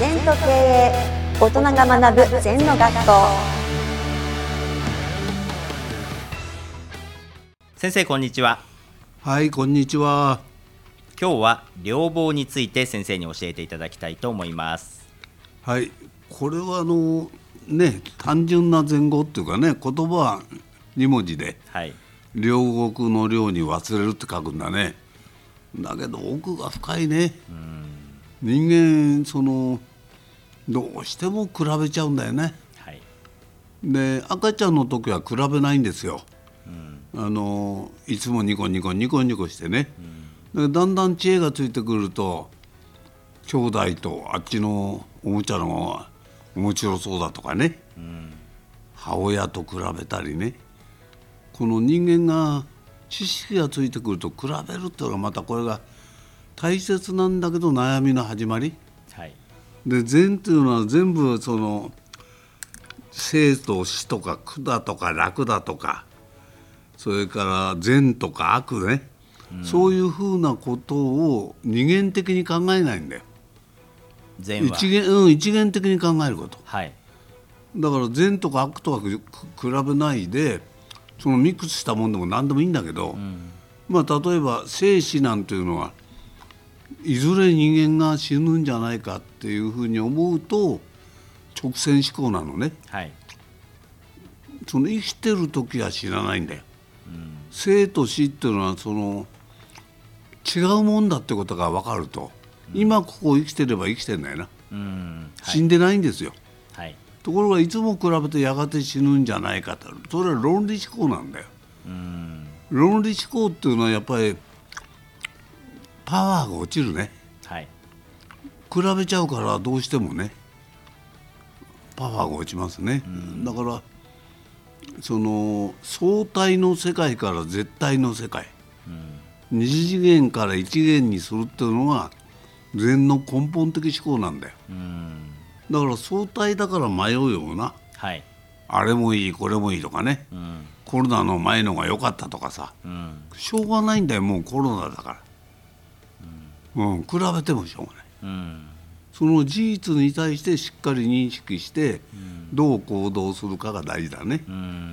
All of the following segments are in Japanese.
禅と経営、大人が学ぶ禅の学校。 先生こんにちは。 はい、こんにちは。 今日は両房について先生に教えていただきたいと思います。 はい、これは単純な禅語っていうかね、言葉は2文字で、 はい、 両国の両に忘れるって書くんだね。だけど奥が深いね。人間どうしても比べちゃうんだよね。 はい、 で赤ちゃんの時は比べないんですよ。いつもニコニコニコニコしてね。だんだん知恵がついてくると、兄弟とあっちのおもちゃの方が面白そうだとかね、母親と比べたりね。この人間が知識がついてくると比べるっていうのがまたこれが大切なんだけど悩みの始まり、 はい、 で禅っていうのは全部生と死とか苦だとか楽だとか、それから善とか悪ね、そういうふうなことを二元的に考えないんだよ。 禅は一元的に考えること、 はい、 だから善とか悪とか比べないで、そのミックスしたもんでも何でもいいんだけど、例えば生死なんていうのはいずれ人間が死ぬんじゃないかっていうふうに思うと直線思考なのね。 はい、 生きてる時は死なないんだよ。生と死っていうのは違うもんだってことが分かると、今ここ生きてれば生きてんだよな。死んでないんですよ。 はい、 ところがいつも比べてやがて死ぬんじゃないかと、それは論理思考なんだよ。論理思考っていうのはやっぱりパワーが落ちるね。 はい、 比べちゃうからどうしてもねパワーが落ちますね。だから相対の世界から絶対の世界、二次元から一元にするっていうのが禅の根本的思考なんだよ。だから相対だから迷うような、 はい、あれもいいこれもいいとかね、コロナの前のが良かったとかさ、しょうがないんだよ。もうコロナだから、比べてもしょうがない。その事実に対してしっかり認識して、どう行動するかが大事だね。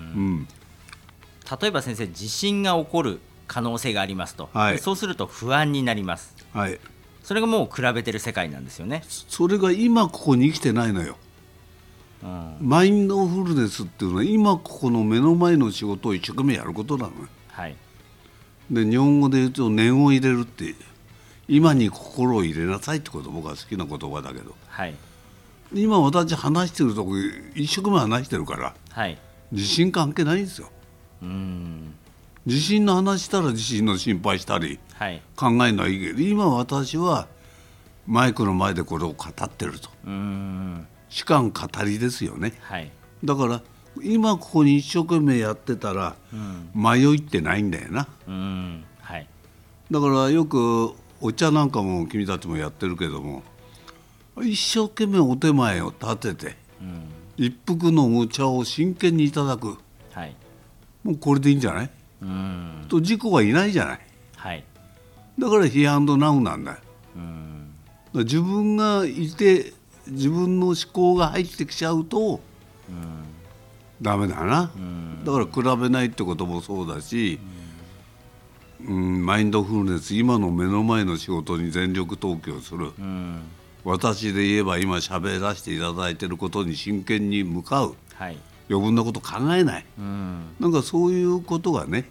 例えば先生、地震が起こる可能性がありますと、 はい、 そうすると不安になります。 はい、 それがもう比べてる世界なんですよね。 それが今ここに生きてないのよ。マインドフルネスっていうのは今ここの目の前の仕事を一生懸命やることなのよ。 はい、 で日本語で言うと念を入れるって、今に心を入れなさいってこと、僕は好きな言葉だけど、 はい、 今私話してるとこ一生懸命話してるから、 はい、 地震関係ないんですよ。地震の話したら地震の心配したり、 はい、 考えるのはいいけど、今私はマイクの前でこれを語ってると。主観語りですよね。 はい、 だから今ここに一生懸命やってたら、迷いってないんだよな。 はい、 だからよくお茶なんかも君たちもやってるけども、一生懸命お手前を立てて、一服のお茶を真剣にいただく、 はい、 もうこれでいいんじゃない？と事故はいないじゃない。 はい、 だからヒアンドナウなんだよ。自分がいて自分の思考が入ってきちゃうと、ダメだな。だから比べないってこともそうだし、マインドフルネス、今の目の前の仕事に全力投球する、私で言えば今喋らせていただいていることに真剣に向かう、 はい、 余分なこと考えない、なんかそういうことがね、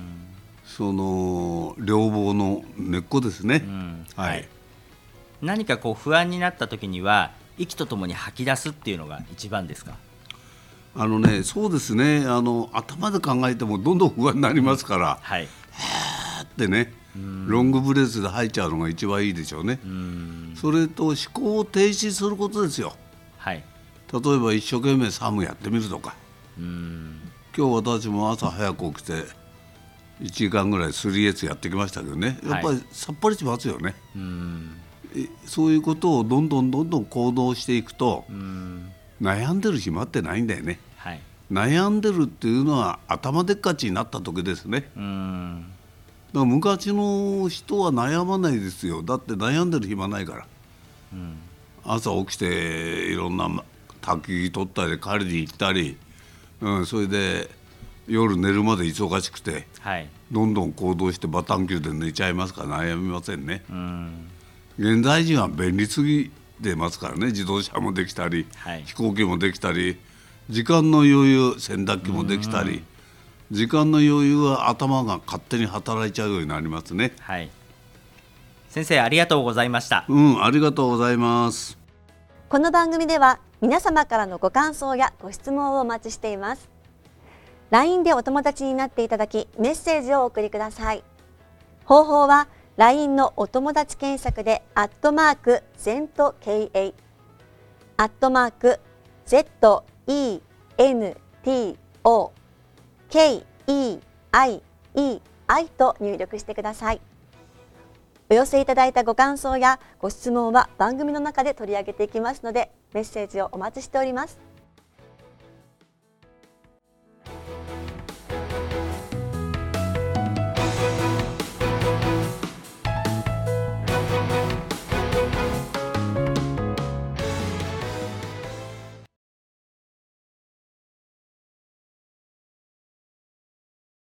両方の根っこですね。はい、 何か不安になった時には息とともに吐き出すっていうのが一番ですか？ そうですね。頭で考えてもどんどん不安になりますから、 はい、 へーってね、ロングブレスで吐いちゃうのが一番いいでしょうね。それと思考を停止することですよ。 はい、 例えば一生懸命サムやってみるとか、今日私も朝早く起きて1時間ぐらい 3S やってきましたけどね、やっぱりさっぱりしますよね。そういうことをどんどん行動していくと、悩んでる暇ってないんだよね。 はい、 悩んでるっていうのは頭でっかちになった時ですね。だから昔の人は悩まないですよ。だって悩んでる暇ないから、 朝起きていろんな焚き取ったり狩りに行ったり、それで夜寝るまで忙しくて、 はい、 どんどん行動してバタンキューで寝ちゃいますから悩みませんね。 うん、 現代人は便利すぎてますからね。自動車もできたり、 はい、 飛行機もできたり、時間の余裕、洗濯機もできたり、時間の余裕は頭が勝手に働いちゃうようになりますね。 はい、先生ありがとうございました。 ありがとうございます。 この番組では皆様からのご感想やご質問をお待ちしています。 LINE でお友達になっていただきメッセージをお送りください。方法は LINE のお友達検索で@ZENTKEI@ZENTOKEIEI と入力してください。お寄せいただいたご感想やご質問は番組の中で取り上げていきますので、メッセージをお待ちしております。